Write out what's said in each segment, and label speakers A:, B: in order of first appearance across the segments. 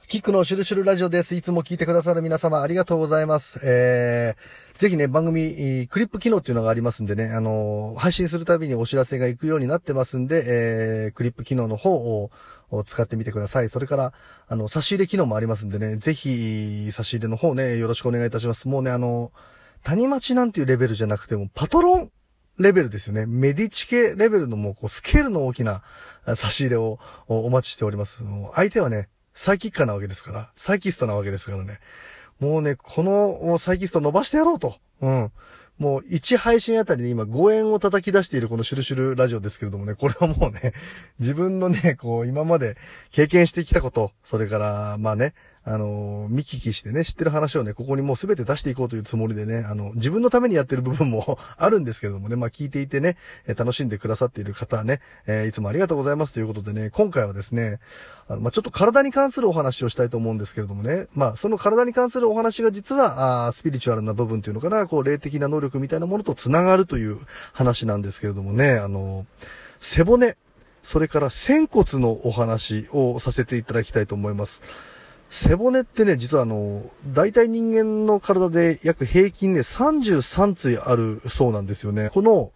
A: キックのシュルシュルラジオです。いつも聞いてくださる皆様ありがとうございます。ぜひね、番組、クリップ機能っていうのがありますんでね、配信するたびにお知らせが行くようになってますんで、クリップ機能の方を使ってみてください。それから、差し入れ機能もありますんでね、ぜひ、差し入れの方ね、よろしくお願いいたします。もうね、谷町なんていうレベルじゃなくても、パトロンレベルですよね。メディチ系レベルのもう、スケールの大きな差し入れをお待ちしております。相手はね、サイキッカーなわけですから、サイキストなわけですからね。もうね、このサイキスト伸ばしてやろうと。もう1配信あたりに今5円を叩き出しているこのシュルシュルラジオですけれどもね、これはもうね、自分のね、今まで経験してきたこと、それから、まあね、見聞きしてね、知ってる話をね、ここにもうすべて出していこうというつもりでね、自分のためにやってる部分もあるんですけれどもね、まあ聞いていてね、楽しんでくださっている方はね、いつもありがとうございますということでね、今回はですね、ちょっと体に関するお話をしたいと思うんですけれどもね、まあその体に関するお話が実は、スピリチュアルな部分というのかな、霊的な能力みたいなものとつながるという話なんですけれどもね、背骨、それから仙骨のお話をさせていただきたいと思います。背骨ってね、実は大体人間の体で約平均ね、33対あるそうなんですよね。この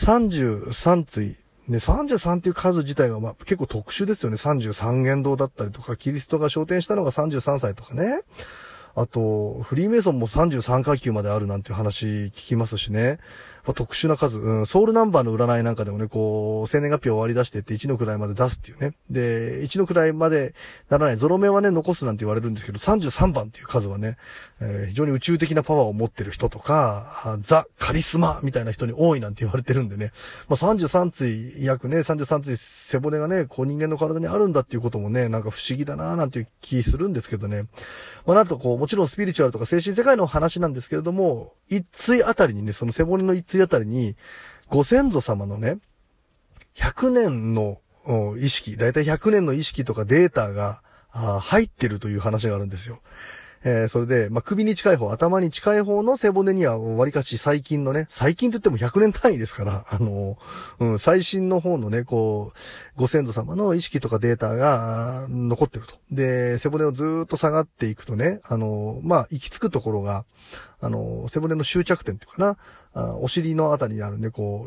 A: 33対、ね、33っていう数自体が結構特殊ですよね。33元堂だったりとか、キリストが昇天したのが33歳とかね。あと、フリーメイソンも33階級まであるなんていう話聞きますしね。特殊な数、ソウルナンバーの占いなんかでもね、生年月日を割り出してって1の位まで出すっていうね。で、1の位までならない、ゾロ目はね、残すなんて言われるんですけど、33番っていう数はね、非常に宇宙的なパワーを持ってる人とか、ザ・カリスマみたいな人に多いなんて言われてるんでね。33対、約ね、33対背骨がね、人間の体にあるんだっていうこともね、なんか不思議だなーなんていう気するんですけどね。なんともちろんスピリチュアルとか精神世界の話なんですけれども、一対あたりにね、その背骨の一対あたりに、ご先祖様のね、100年の意識、だいたい100年の意識とかデータが入ってるという話があるんですよ。それで、首に近い方、頭に近い方の背骨には、わりかし最近のね、最近と言っても100年単位ですから、最新の方のね、ご先祖様の意識とかデータが残ってると。で、背骨をずーっと下がっていくとね、行き着くところが、背骨の終着点っていうかな、お尻のあたりにあるね、蝶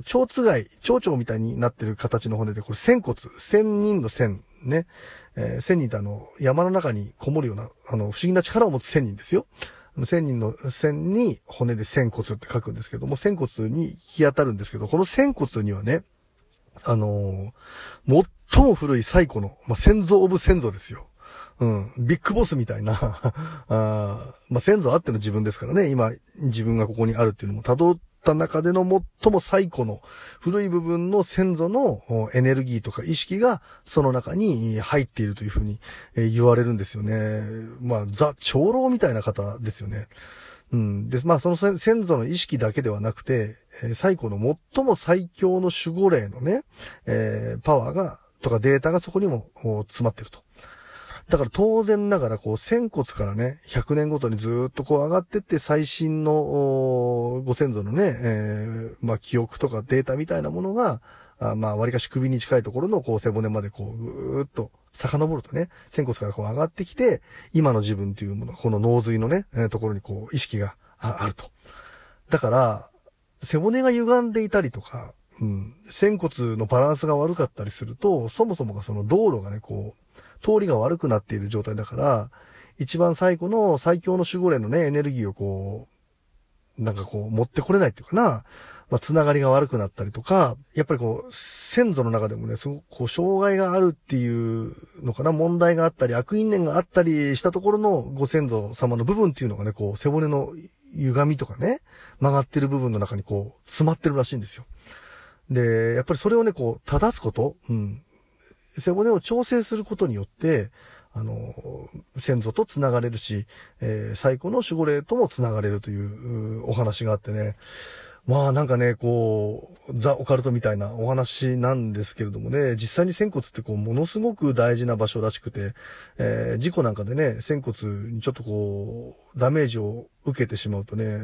A: 々みたいになってる形の骨で、これ仙骨、仙人の仙、ね。仙人って山の中にこもるような、不思議な力を持つ仙人ですよ。仙人の仙に骨で仙骨って書くんですけども、仙骨に行き当たるんですけど、この仙骨にはね、最も古い最古の、先祖オブ先祖ですよ。ビッグボスみたいな、先祖あっての自分ですからね、今、自分がここにあるっていうのも辿った中での最も最古の古い部分の先祖のエネルギーとか意識がその中に入っているというふうに言われるんですよね。ザ・長老みたいな方ですよね。で、その先祖の意識だけではなくて、最古の最も最強の守護霊のね、パワーが、とかデータがそこにも詰まってると。だから当然ながら仙骨からね、100年ごとにずーっと上がってって最新のご先祖のね、記憶とかデータみたいなものが、割かし首に近いところの背骨までぐーっと遡るとね、仙骨から上がってきて、今の自分というもの、この脳髄のね、ところに意識があると。だから、背骨が歪んでいたりとか、仙骨のバランスが悪かったりすると、そもそもがその道路がね、通りが悪くなっている状態だから、一番最後の最強の守護霊のね、エネルギーを持ってこれないっていうかな、つながりが悪くなったりとか、やっぱり先祖の中でもね、すごく障害があるっていうのかな、問題があったり、悪因縁があったりしたところのご先祖様の部分っていうのがね、背骨の歪みとかね、曲がってる部分の中に詰まってるらしいんですよ。で、やっぱりそれをね、正すこと、背骨を調整することによって、先祖と繋がれるし、最古の守護霊とも繋がれるというお話があってね。なんかね、ザ・オカルトみたいなお話なんですけれどもね、実際に仙骨ってものすごく大事な場所らしくて、事故なんかでね、仙骨にちょっとダメージを受けてしまうとね、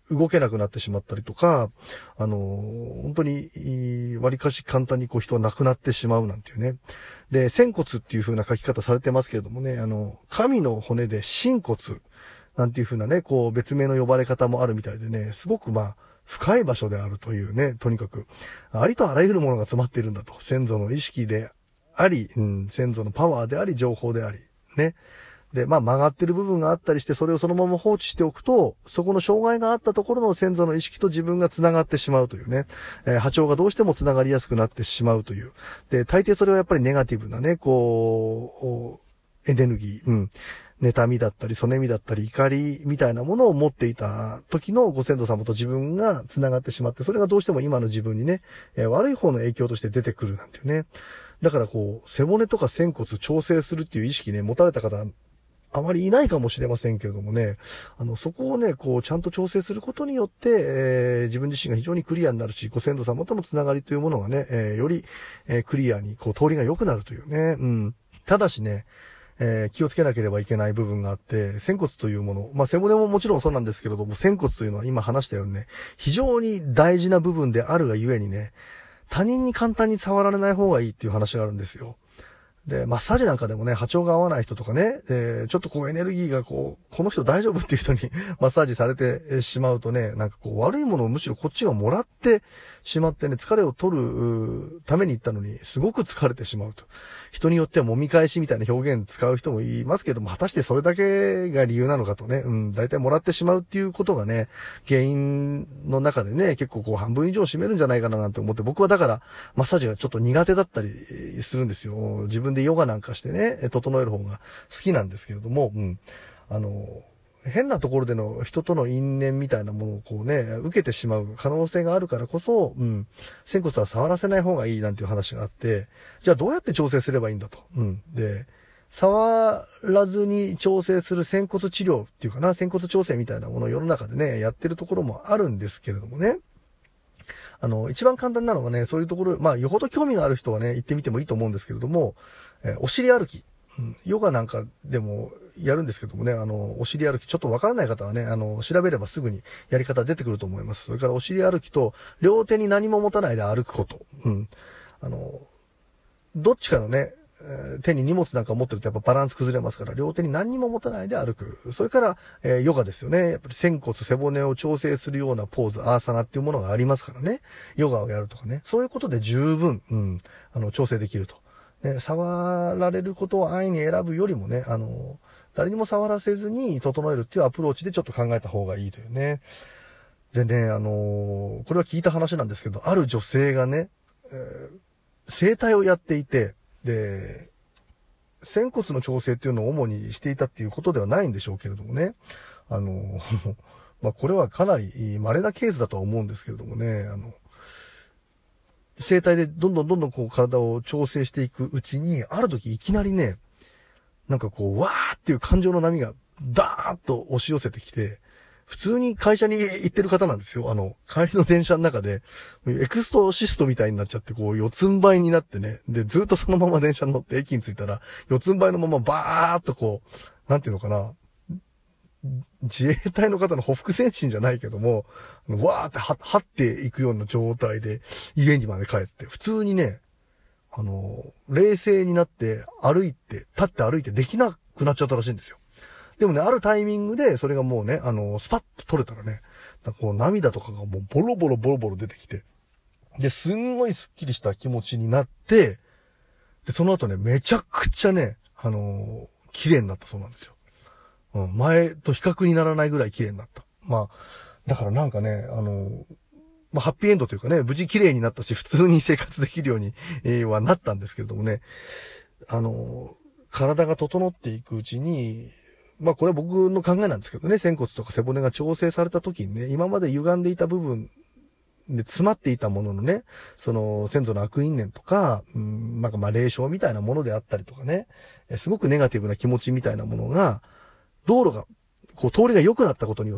A: 動けなくなってしまったりとか、本当に、割かし簡単に人は亡くなってしまうなんていうね。で、仙骨っていう風な書き方されてますけれどもね、神の骨で神骨なんていう風なね、別名の呼ばれ方もあるみたいでね、すごく深い場所であるというね、とにかく、ありとあらゆるものが詰まっているんだと。先祖の意識であり、先祖のパワーであり、情報であり、ね。で、曲がってる部分があったりして、それをそのまま放置しておくと、そこの障害があったところの先祖の意識と自分が繋がってしまうというね、波長がどうしても繋がりやすくなってしまうという。で、大抵それはやっぱりネガティブなね、エネルギー、妬みだったり、そねみだったり、怒りみたいなものを持っていた時のご先祖様と自分が繋がってしまって、それがどうしても今の自分にね、悪い方の影響として出てくるなんていうね。だから背骨とか仙骨調整するっていう意識ね、持たれた方、あまりいないかもしれませんけれどもね、そこをね、ちゃんと調整することによって、自分自身が非常にクリアになるし、ご先祖様とのつながりというものがね、より、クリアに、通りが良くなるというね、ただしね、気をつけなければいけない部分があって、仙骨というもの、背骨ももちろんそうなんですけれども、仙骨というのは今話したようにね、非常に大事な部分であるがゆえにね、他人に簡単に触られない方がいいっていう話があるんですよ。で、マッサージなんかでもね、波長が合わない人とかね、ちょっとエネルギーがこの人大丈夫っていう人にマッサージされてしまうとね、悪いものをむしろこっちがもらってしまってね、疲れを取るために行ったのに、すごく疲れてしまうと。人によっては揉み返しみたいな表現使う人もいますけども、果たしてそれだけが理由なのかとね、大体もらってしまうっていうことがね、原因の中でね、結構半分以上占めるんじゃないかななんて思って、僕はだから、マッサージがちょっと苦手だったりするんですよ。自分でヨガなんかしてね、整える方が好きなんですけれども、変なところでの人との因縁みたいなものを受けてしまう可能性があるからこそ、仙骨は触らせない方がいいなんていう話があって、じゃあどうやって調整すればいいんだと。で、触らずに調整する仙骨治療っていうかな、仙骨調整みたいなものを世の中でね、やってるところもあるんですけれどもね。一番簡単なのはね、そういうところ、よほど興味がある人はね、行ってみてもいいと思うんですけれども、お尻歩き。ヨガなんかでもやるんですけどもね、お尻歩き、ちょっとわからない方はね、調べればすぐにやり方出てくると思います。それからお尻歩きと、両手に何も持たないで歩くこと。どっちかのね、手に荷物なんか持ってるとやっぱバランス崩れますから、両手に何にも持たないで歩く。それから、ヨガですよね。やっぱり仙骨、背骨を調整するようなポーズ、アーサナっていうものがありますからね。ヨガをやるとかね。そういうことで十分、調整できると。ね、触られることを安易に選ぶよりもね、誰にも触らせずに整えるっていうアプローチでちょっと考えた方がいいというね。でね、これは聞いた話なんですけど、ある女性がね、整体をやっていて、で、仙骨の調整っていうのを主にしていたっていうことではないんでしょうけれどもね。これはかなり稀なケースだとは思うんですけれどもね、整体でどんどん体を調整していくうちに、ある時いきなりね、わーっていう感情の波がダーッと押し寄せてきて、普通に会社に行ってる方なんですよ。帰りの電車の中で、エクストシストみたいになっちゃって、四つん這いになってね。で、ずっとそのまま電車に乗って駅に着いたら、四つん這いのままバーっとなんていうのかな。自衛隊の方のほふ前進じゃないけども、わーって張っていくような状態で、家にまで帰って、普通にね、冷静になって立って歩いてできなくなっちゃったらしいんですよ。でもね、あるタイミングで、それがもうね、スパッと取れたらね、涙とかがもうボロボロ出てきて、で、すんごいスッキリした気持ちになって、で、その後ね、めちゃくちゃね、綺麗になったそうなんですよ。前と比較にならないぐらい綺麗になった。だからなんかね、ハッピーエンドというかね、無事綺麗になったし、普通に生活できるように、はなったんですけれどもね、体が整っていくうちに、これは僕の考えなんですけどね、仙骨とか背骨が調整された時にね、今まで歪んでいた部分で詰まっていたもののね、その先祖の悪因縁とか、霊障みたいなものであったりとかね、すごくネガティブな気持ちみたいなものが、道路が、通りが良くなったことによって、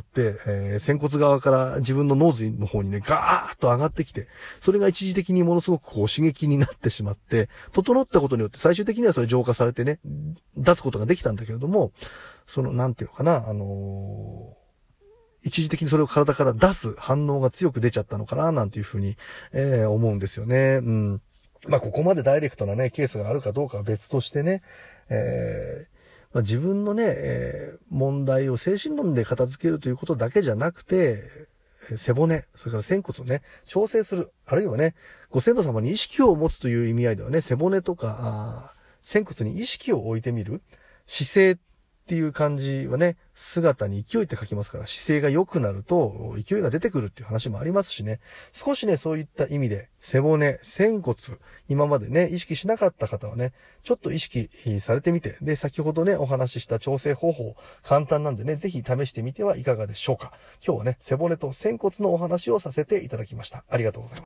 A: 仙骨側から自分の脳髄の方にね、ガーッと上がってきて、それが一時的にものすごく刺激になってしまって、整ったことによって最終的にはそれ浄化されてね、出すことができたんだけれども、なんていうのかな、 一時的にそれを体から出す反応が強く出ちゃったのかな、なんていうふうに、思うんですよね。まあ、ここまでダイレクトなね、ケースがあるかどうかは別としてね、まあ、自分のね、問題を精神論で片付けるということだけじゃなくて、背骨、それから仙骨をね、調整する。あるいはね、ご先祖様に意識を持つという意味合いではね、背骨とか、仙骨に意識を置いてみる。姿勢っていう漢字はね、姿に勢いって書きますから、姿勢が良くなると勢いが出てくるっていう話もありますしね。少しね、そういった意味で、背骨、仙骨、今までね、意識しなかった方はね、ちょっと意識されてみて、で、先ほどね、お話しした調整方法、簡単なんでね、ぜひ試してみてはいかがでしょうか。今日はね、背骨と仙骨のお話をさせていただきました。ありがとうございます。